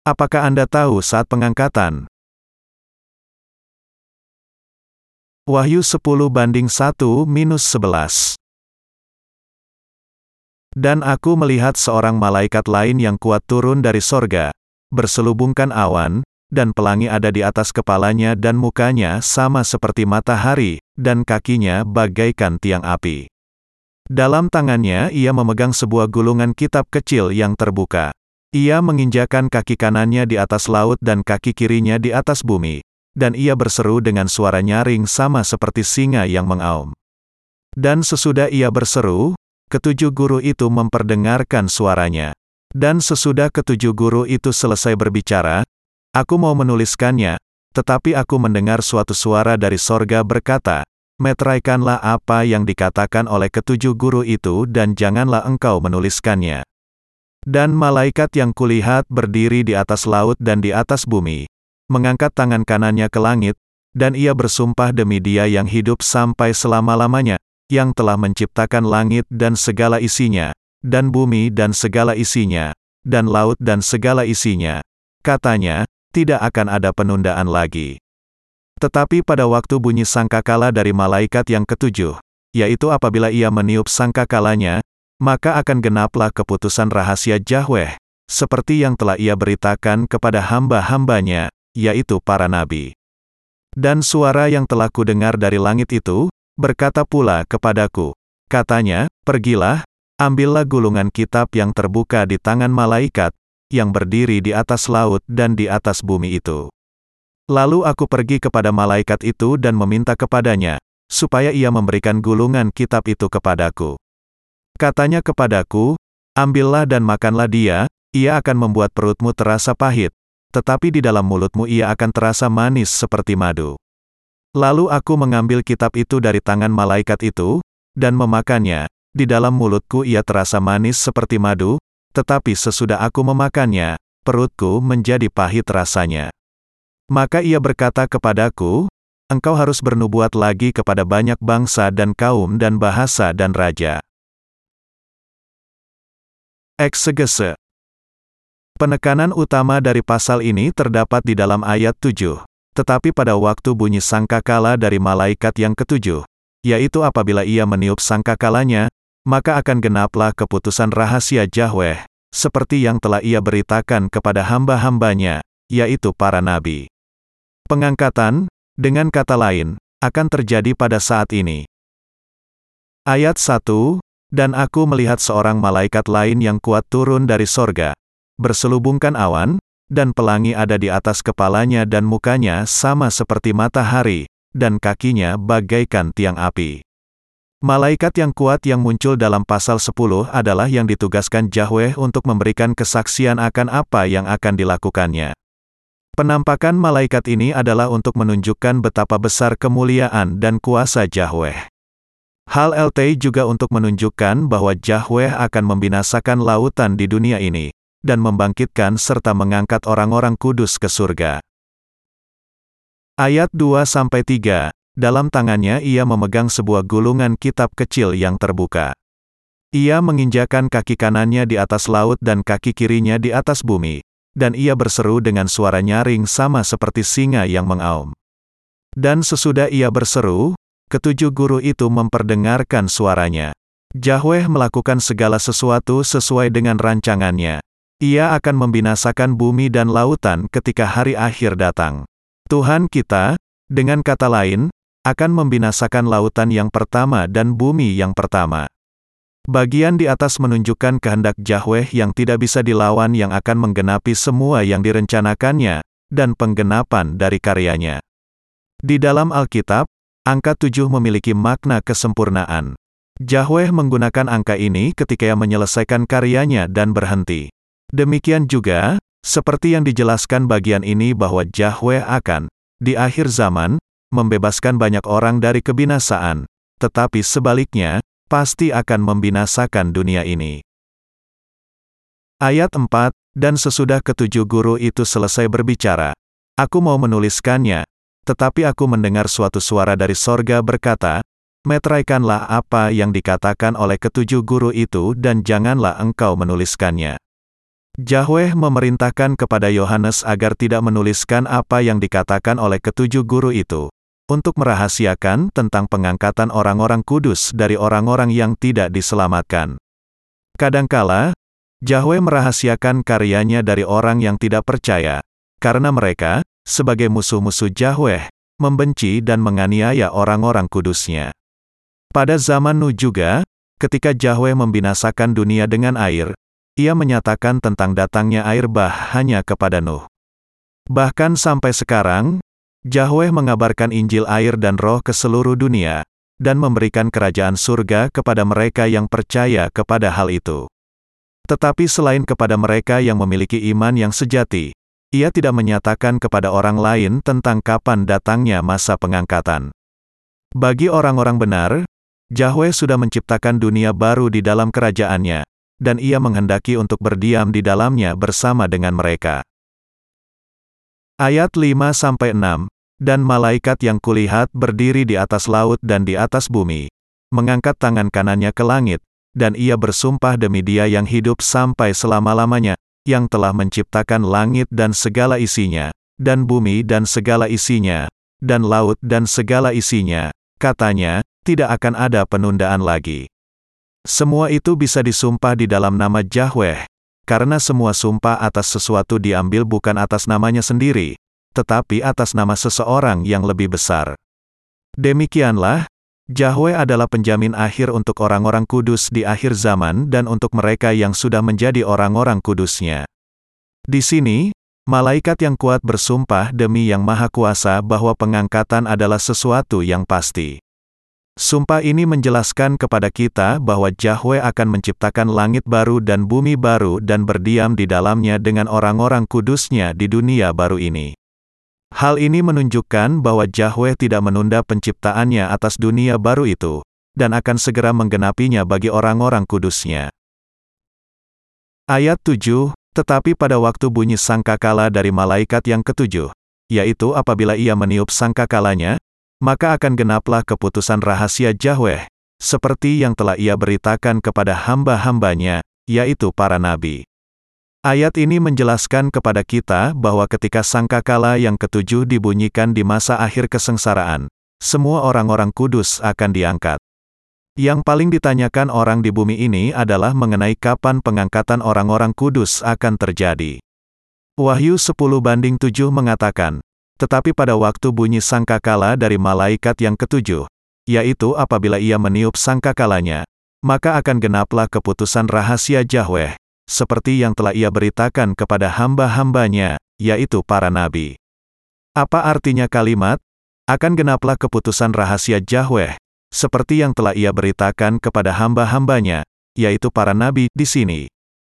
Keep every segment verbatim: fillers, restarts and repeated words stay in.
Apakah Anda tahu saat pengangkatan? Wahyu sepuluh banding satu minus sebelas. Dan aku melihat seorang malaikat lain yang kuat turun dari sorga, berselubungkan awan, dan pelangi ada di atas kepalanya dan mukanya sama seperti matahari, dan kakinya bagaikan tiang api. Dalam tangannya ia memegang sebuah gulungan kitab kecil yang terbuka. Ia menginjakan kaki kanannya di atas laut dan kaki kirinya di atas bumi, dan ia berseru dengan suara nyaring sama seperti singa yang mengaum. Dan sesudah ia berseru, ketujuh guru itu memperdengarkan suaranya. Dan sesudah ketujuh guru itu selesai berbicara, aku mau menuliskannya, tetapi aku mendengar suatu suara dari sorga berkata, meteraikanlah apa yang dikatakan oleh ketujuh guru itu dan janganlah engkau menuliskannya. Dan malaikat yang kulihat berdiri di atas laut dan di atas bumi, mengangkat tangan kanannya ke langit, dan ia bersumpah demi Dia yang hidup sampai selama-lamanya, yang telah menciptakan langit dan segala isinya, dan bumi dan segala isinya, dan laut dan segala isinya. Katanya, tidak akan ada penundaan lagi. Tetapi pada waktu bunyi sangkakala dari malaikat yang ketujuh, yaitu apabila ia meniup sangkakalanya, maka akan genaplah keputusan rahasia Yahweh, seperti yang telah ia beritakan kepada hamba-hambanya, yaitu para nabi. Dan suara yang telah kudengar dari langit itu, berkata pula kepadaku, katanya, pergilah, ambillah gulungan kitab yang terbuka di tangan malaikat, yang berdiri di atas laut dan di atas bumi itu. Lalu aku pergi kepada malaikat itu dan meminta kepadanya, supaya ia memberikan gulungan kitab itu kepadaku. Katanya kepadaku, ambillah dan makanlah dia, ia akan membuat perutmu terasa pahit, tetapi di dalam mulutmu ia akan terasa manis seperti madu. Lalu aku mengambil kitab itu dari tangan malaikat itu, dan memakannya, di dalam mulutku ia terasa manis seperti madu, tetapi sesudah aku memakannya, perutku menjadi pahit rasanya. Maka ia berkata kepadaku, engkau harus bernubuat lagi kepada banyak bangsa dan kaum dan bahasa dan raja. Eksegese. Penekanan utama dari pasal ini terdapat di dalam ayat tujuh. Tetapi pada waktu bunyi sangkakala dari malaikat yang ketujuh, yaitu apabila ia meniup sangkakalanya, maka akan genaplah keputusan rahasia Yahweh, seperti yang telah ia beritakan kepada hamba-hambanya, yaitu para nabi. Pengangkatan, dengan kata lain, akan terjadi pada saat ini. Ayat satu, dan aku melihat seorang malaikat lain yang kuat turun dari sorga, berselubungkan awan, dan pelangi ada di atas kepalanya dan mukanya sama seperti matahari, dan kakinya bagaikan tiang api. Malaikat yang kuat yang muncul dalam pasal sepuluh adalah yang ditugaskan Yahweh untuk memberikan kesaksian akan apa yang akan dilakukannya. Penampakan malaikat ini adalah untuk menunjukkan betapa besar kemuliaan dan kuasa Yahweh. Hal L T juga untuk menunjukkan bahwa Yahweh akan membinasakan lautan di dunia ini, dan membangkitkan serta mengangkat orang-orang kudus ke surga. Ayat dua sampai tiga, dalam tangannya ia memegang sebuah gulungan kitab kecil yang terbuka. Ia menginjakan kaki kanannya di atas laut dan kaki kirinya di atas bumi, dan ia berseru dengan suara nyaring sama seperti singa yang mengaum. Dan sesudah ia berseru, ketujuh guru itu memperdengarkan suaranya. Yahweh melakukan segala sesuatu sesuai dengan rancangannya. Ia akan membinasakan bumi dan lautan ketika hari akhir datang. Tuhan kita, dengan kata lain, akan membinasakan lautan yang pertama dan bumi yang pertama. Bagian di atas menunjukkan kehendak Yahweh yang tidak bisa dilawan yang akan menggenapi semua yang direncanakannya, dan penggenapan dari karyanya. Di dalam Alkitab, angka tujuh memiliki makna kesempurnaan. Yahweh menggunakan angka ini ketika ia menyelesaikan karyanya dan berhenti. Demikian juga, seperti yang dijelaskan bagian ini bahwa Yahweh akan, di akhir zaman, membebaskan banyak orang dari kebinasaan, tetapi sebaliknya, pasti akan membinasakan dunia ini. Ayat empat, dan sesudah ketujuh guru itu selesai berbicara, aku mau menuliskannya, tetapi aku mendengar suatu suara dari sorga berkata, meteraikanlah apa yang dikatakan oleh ketujuh guru itu dan janganlah engkau menuliskannya. Yahweh memerintahkan kepada Yohanes agar tidak menuliskan apa yang dikatakan oleh ketujuh guru itu, untuk merahasiakan tentang pengangkatan orang-orang kudus dari orang-orang yang tidak diselamatkan. Kadangkala, Yahweh merahasiakan karyanya dari orang yang tidak percaya, karena mereka, sebagai musuh-musuh Yahweh, membenci dan menganiaya orang-orang kudusnya. Pada zaman Nuh juga, ketika Yahweh membinasakan dunia dengan air, Ia menyatakan tentang datangnya air bah hanya kepada Nuh. Bahkan sampai sekarang, Yahweh mengabarkan Injil air dan roh ke seluruh dunia, dan memberikan kerajaan surga kepada mereka yang percaya kepada hal itu. Tetapi selain kepada mereka yang memiliki iman yang sejati, Ia tidak menyatakan kepada orang lain tentang kapan datangnya masa pengangkatan. Bagi orang-orang benar, Yahweh sudah menciptakan dunia baru di dalam kerajaannya, dan Ia menghendaki untuk berdiam di dalamnya bersama dengan mereka. Ayat lima sampai enam, dan malaikat yang kulihat berdiri di atas laut dan di atas bumi, mengangkat tangan kanannya ke langit, dan ia bersumpah demi Dia yang hidup sampai selama-lamanya, yang telah menciptakan langit dan segala isinya, dan bumi dan segala isinya, dan laut dan segala isinya, katanya, tidak akan ada penundaan lagi. Semua itu bisa disumpah di dalam nama Yahweh, karena semua sumpah atas sesuatu diambil bukan atas namanya sendiri, tetapi atas nama seseorang yang lebih besar. Demikianlah, Yahweh adalah penjamin akhir untuk orang-orang kudus di akhir zaman dan untuk mereka yang sudah menjadi orang-orang kudusnya. Di sini, malaikat yang kuat bersumpah demi Yang Maha Kuasa bahwa pengangkatan adalah sesuatu yang pasti. Sumpah ini menjelaskan kepada kita bahwa Yahweh akan menciptakan langit baru dan bumi baru dan berdiam di dalamnya dengan orang-orang kudusnya di dunia baru ini. Hal ini menunjukkan bahwa Yahweh tidak menunda penciptaannya atas dunia baru itu, dan akan segera menggenapinya bagi orang-orang kudusnya. Ayat tujuh, tetapi pada waktu bunyi sangkakala dari malaikat yang ketujuh, yaitu apabila ia meniup sangkakalanya, maka akan genaplah keputusan rahasia Yahweh, seperti yang telah Ia beritakan kepada hamba-hambanya, yaitu para nabi. Ayat ini menjelaskan kepada kita bahwa ketika sangkakala yang ketujuh dibunyikan di masa akhir kesengsaraan, semua orang-orang kudus akan diangkat. Yang paling ditanyakan orang di bumi ini adalah mengenai kapan pengangkatan orang-orang kudus akan terjadi. Wahyu sepuluh banding tujuh mengatakan, tetapi pada waktu bunyi sangkakala dari malaikat yang ketujuh, yaitu apabila ia meniup sangkakalanya, maka akan genaplah keputusan rahasia Yahweh, seperti yang telah Ia beritakan kepada hamba-hambanya, yaitu para nabi. Apa artinya kalimat, akan genaplah keputusan rahasia Yahweh, seperti yang telah Ia beritakan kepada hamba-hambanya, yaitu para nabi di sini?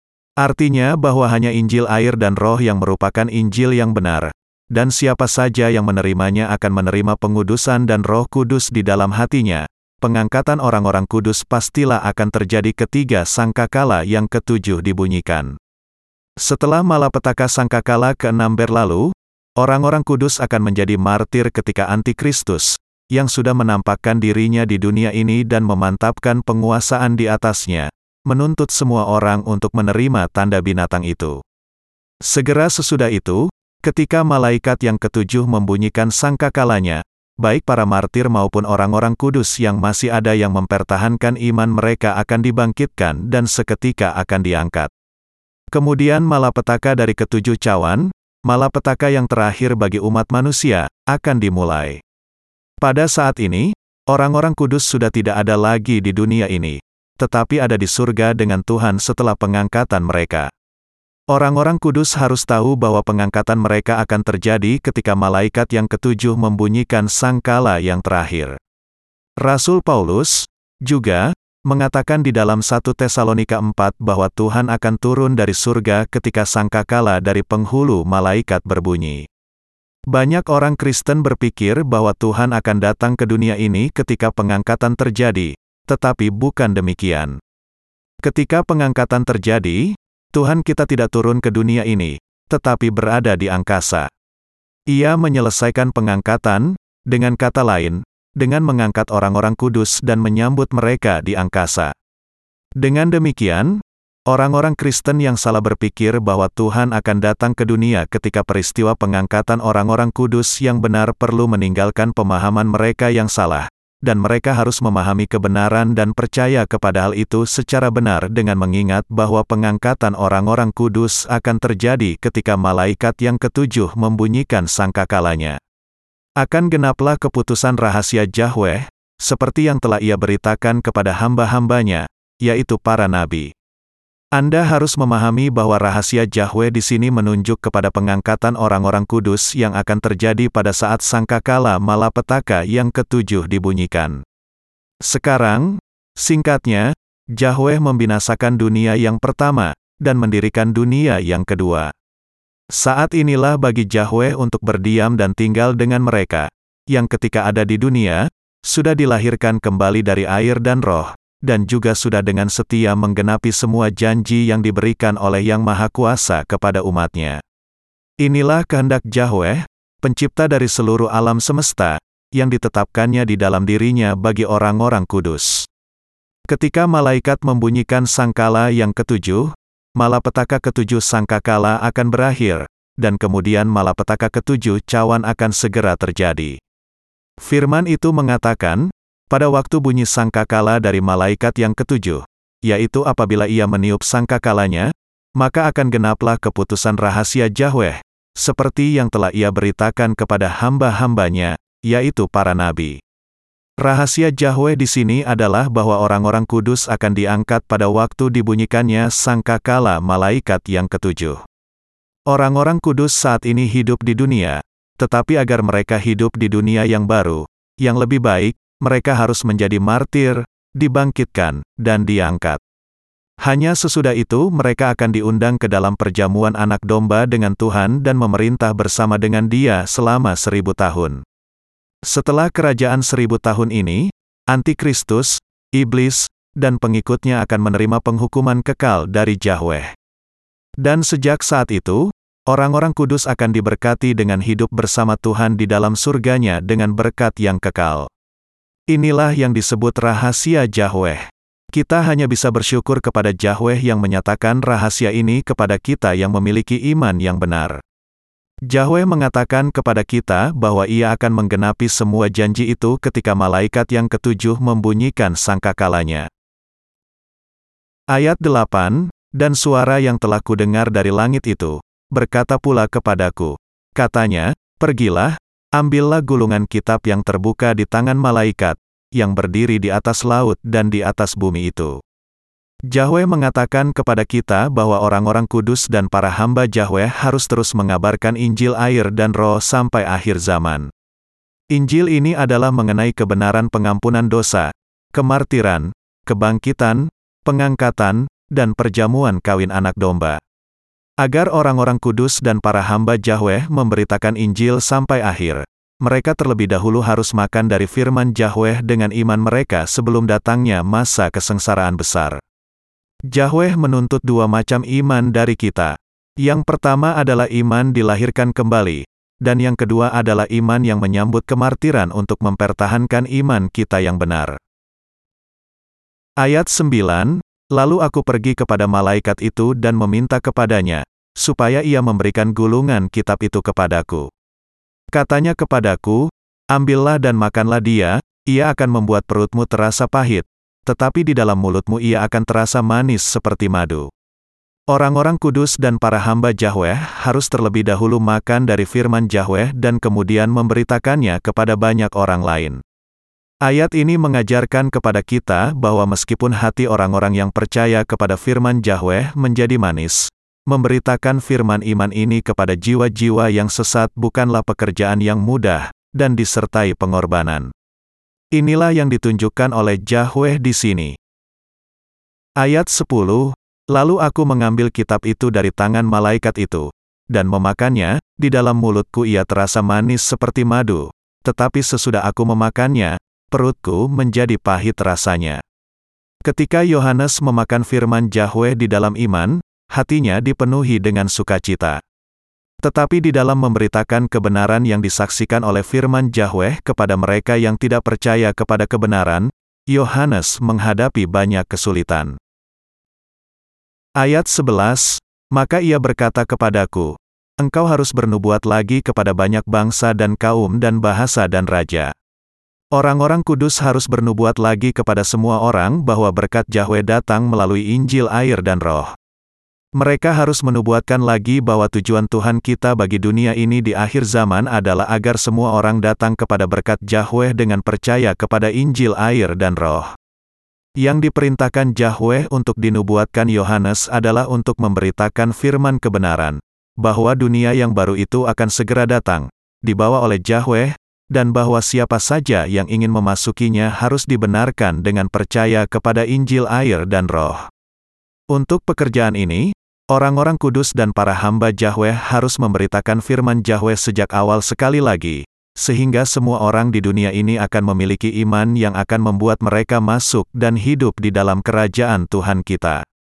Artinya bahwa hanya Injil air dan roh yang merupakan Injil yang benar, dan siapa saja yang menerimanya akan menerima pengudusan dan Roh Kudus di dalam hatinya. Pengangkatan orang-orang kudus pastilah akan terjadi ketika sangkakala yang ketujuh dibunyikan. Setelah malapetaka sangkakala keenam berlalu, orang-orang kudus akan menjadi martir ketika Antikristus, yang sudah menampakkan dirinya di dunia ini dan memantapkan penguasaan di atasnya, menuntut semua orang untuk menerima tanda binatang itu. Segera sesudah itu, ketika malaikat yang ketujuh membunyikan sangkakalanya, baik para martir maupun orang-orang kudus yang masih ada yang mempertahankan iman mereka akan dibangkitkan dan seketika akan diangkat. Kemudian malapetaka dari ketujuh cawan, malapetaka yang terakhir bagi umat manusia, akan dimulai. Pada saat ini, orang-orang kudus sudah tidak ada lagi di dunia ini, tetapi ada di surga dengan Tuhan setelah pengangkatan mereka. Orang-orang kudus harus tahu bahwa pengangkatan mereka akan terjadi ketika malaikat yang ketujuh membunyikan sangkala yang terakhir. Rasul Paulus juga mengatakan di dalam satu Tesalonika empat bahwa Tuhan akan turun dari surga ketika sangkakala dari penghulu malaikat berbunyi. Banyak orang Kristen berpikir bahwa Tuhan akan datang ke dunia ini ketika pengangkatan terjadi, tetapi bukan demikian. Ketika pengangkatan terjadi, Tuhan kita tidak turun ke dunia ini, tetapi berada di angkasa. Ia menyelesaikan pengangkatan, dengan kata lain, dengan mengangkat orang-orang kudus dan menyambut mereka di angkasa. Dengan demikian, Orang-orang Kristen yang salah berpikir bahwa Tuhan akan datang ke dunia ketika peristiwa pengangkatan orang-orang kudus yang benar perlu meninggalkan pemahaman mereka yang salah, dan mereka harus memahami kebenaran dan percaya kepada hal itu secara benar dengan mengingat bahwa pengangkatan orang-orang kudus akan terjadi ketika malaikat yang ketujuh membunyikan sangkakalanya. Akan genaplah keputusan rahasia Yahweh, seperti yang telah ia beritakan kepada hamba-hambanya, yaitu para nabi. Anda harus memahami bahwa rahasia Yahweh di sini menunjuk kepada pengangkatan orang-orang kudus yang akan terjadi pada saat sangkakala malapetaka yang ketujuh dibunyikan. Sekarang, singkatnya, Yahweh membinasakan dunia yang pertama, dan mendirikan dunia yang kedua. Saat inilah bagi Yahweh untuk berdiam dan tinggal dengan mereka, yang ketika ada di dunia, sudah dilahirkan kembali dari air dan roh, dan juga sudah dengan setia menggenapi semua janji yang diberikan oleh Yang Maha Kuasa kepada umatnya. Inilah kehendak Yahweh, pencipta dari seluruh alam semesta, yang ditetapkannya di dalam dirinya bagi orang-orang kudus. Ketika malaikat membunyikan sangkala yang ketujuh, malapetaka ketujuh sangkakala akan berakhir, dan kemudian malapetaka ketujuh cawan akan segera terjadi. Firman itu mengatakan, pada waktu bunyi sangkakala dari malaikat yang ketujuh, yaitu apabila ia meniup sangkakalanya, maka akan genaplah keputusan rahasia Yahweh, seperti yang telah ia beritakan kepada hamba-hambanya, yaitu para nabi. Rahasia Yahweh di sini adalah bahwa orang-orang kudus akan diangkat pada waktu dibunyikannya sangkakala malaikat yang ketujuh. Orang-orang kudus saat ini hidup di dunia, tetapi agar mereka hidup di dunia yang baru, yang lebih baik, mereka harus menjadi martir, dibangkitkan, dan diangkat. Hanya sesudah itu mereka akan diundang ke dalam perjamuan anak domba dengan Tuhan dan memerintah bersama dengan Dia selama seribu tahun. Setelah kerajaan seribu tahun ini, Antikristus, Iblis, dan pengikutnya akan menerima penghukuman kekal dari Yahweh. Dan sejak saat itu, orang-orang kudus akan diberkati dengan hidup bersama Tuhan di dalam surganya dengan berkat yang kekal. Inilah yang disebut rahasia Yahweh. Kita hanya bisa bersyukur kepada Yahweh yang menyatakan rahasia ini kepada kita yang memiliki iman yang benar. Yahweh mengatakan kepada kita bahwa Ia akan menggenapi semua janji itu ketika malaikat yang ketujuh membunyikan sangkakalanya. Ayat delapan, dan suara yang telah kudengar dari langit itu, berkata pula kepadaku, katanya, pergilah, ambillah gulungan kitab yang terbuka di tangan malaikat, yang berdiri di atas laut dan di atas bumi itu. Yahweh mengatakan kepada kita bahwa orang-orang kudus dan para hamba Yahweh harus terus mengabarkan Injil air dan roh sampai akhir zaman. Injil ini adalah mengenai kebenaran pengampunan dosa, kemartiran, kebangkitan, pengangkatan, dan perjamuan kawin anak domba. Agar orang-orang kudus dan para hamba Yahweh memberitakan Injil sampai akhir, mereka terlebih dahulu harus makan dari firman Yahweh dengan iman mereka sebelum datangnya masa kesengsaraan besar. Yahweh menuntut dua macam iman dari kita. Yang pertama adalah iman dilahirkan kembali, dan yang kedua adalah iman yang menyambut kemartiran untuk mempertahankan iman kita yang benar. Ayat sembilan, lalu aku pergi kepada malaikat itu dan meminta kepadanya, supaya ia memberikan gulungan kitab itu kepadaku. Katanya kepadaku, ambillah dan makanlah dia, ia akan membuat perutmu terasa pahit, tetapi di dalam mulutmu ia akan terasa manis seperti madu. Orang-orang kudus dan para hamba Yahweh harus terlebih dahulu makan dari firman Yahweh dan kemudian memberitakannya kepada banyak orang lain. Ayat ini mengajarkan kepada kita bahwa meskipun hati orang-orang yang percaya kepada firman Yahweh menjadi manis, memberitakan firman iman ini kepada jiwa-jiwa yang sesat bukanlah pekerjaan yang mudah, dan disertai pengorbanan. Inilah yang ditunjukkan oleh Yahweh di sini. Ayat sepuluh, lalu aku mengambil kitab itu dari tangan malaikat itu, dan memakannya, di dalam mulutku ia terasa manis seperti madu, tetapi sesudah aku memakannya, perutku menjadi pahit rasanya. Ketika Yohanes memakan firman Yahweh di dalam iman, hatinya dipenuhi dengan sukacita. Tetapi di dalam memberitakan kebenaran yang disaksikan oleh firman Yahweh kepada mereka yang tidak percaya kepada kebenaran, Yohanes menghadapi banyak kesulitan. Ayat sebelas, maka ia berkata kepadaku, engkau harus bernubuat lagi kepada banyak bangsa dan kaum dan bahasa dan raja. Orang-orang kudus harus bernubuat lagi kepada semua orang bahwa berkat Yahweh datang melalui Injil air dan roh. Mereka harus menubuatkan lagi bahwa tujuan Tuhan kita bagi dunia ini di akhir zaman adalah agar semua orang datang kepada berkat Yahweh dengan percaya kepada Injil air dan roh. Yang diperintahkan Yahweh untuk dinubuatkan Yohanes adalah untuk memberitakan firman kebenaran, bahwa dunia yang baru itu akan segera datang, dibawa oleh Yahweh, dan bahwa siapa saja yang ingin memasukinya harus dibenarkan dengan percaya kepada Injil air dan roh. Untuk pekerjaan ini, orang-orang kudus dan para hamba Yahweh harus memberitakan firman Yahweh sejak awal sekali lagi, sehingga semua orang di dunia ini akan memiliki iman yang akan membuat mereka masuk dan hidup di dalam kerajaan Tuhan kita.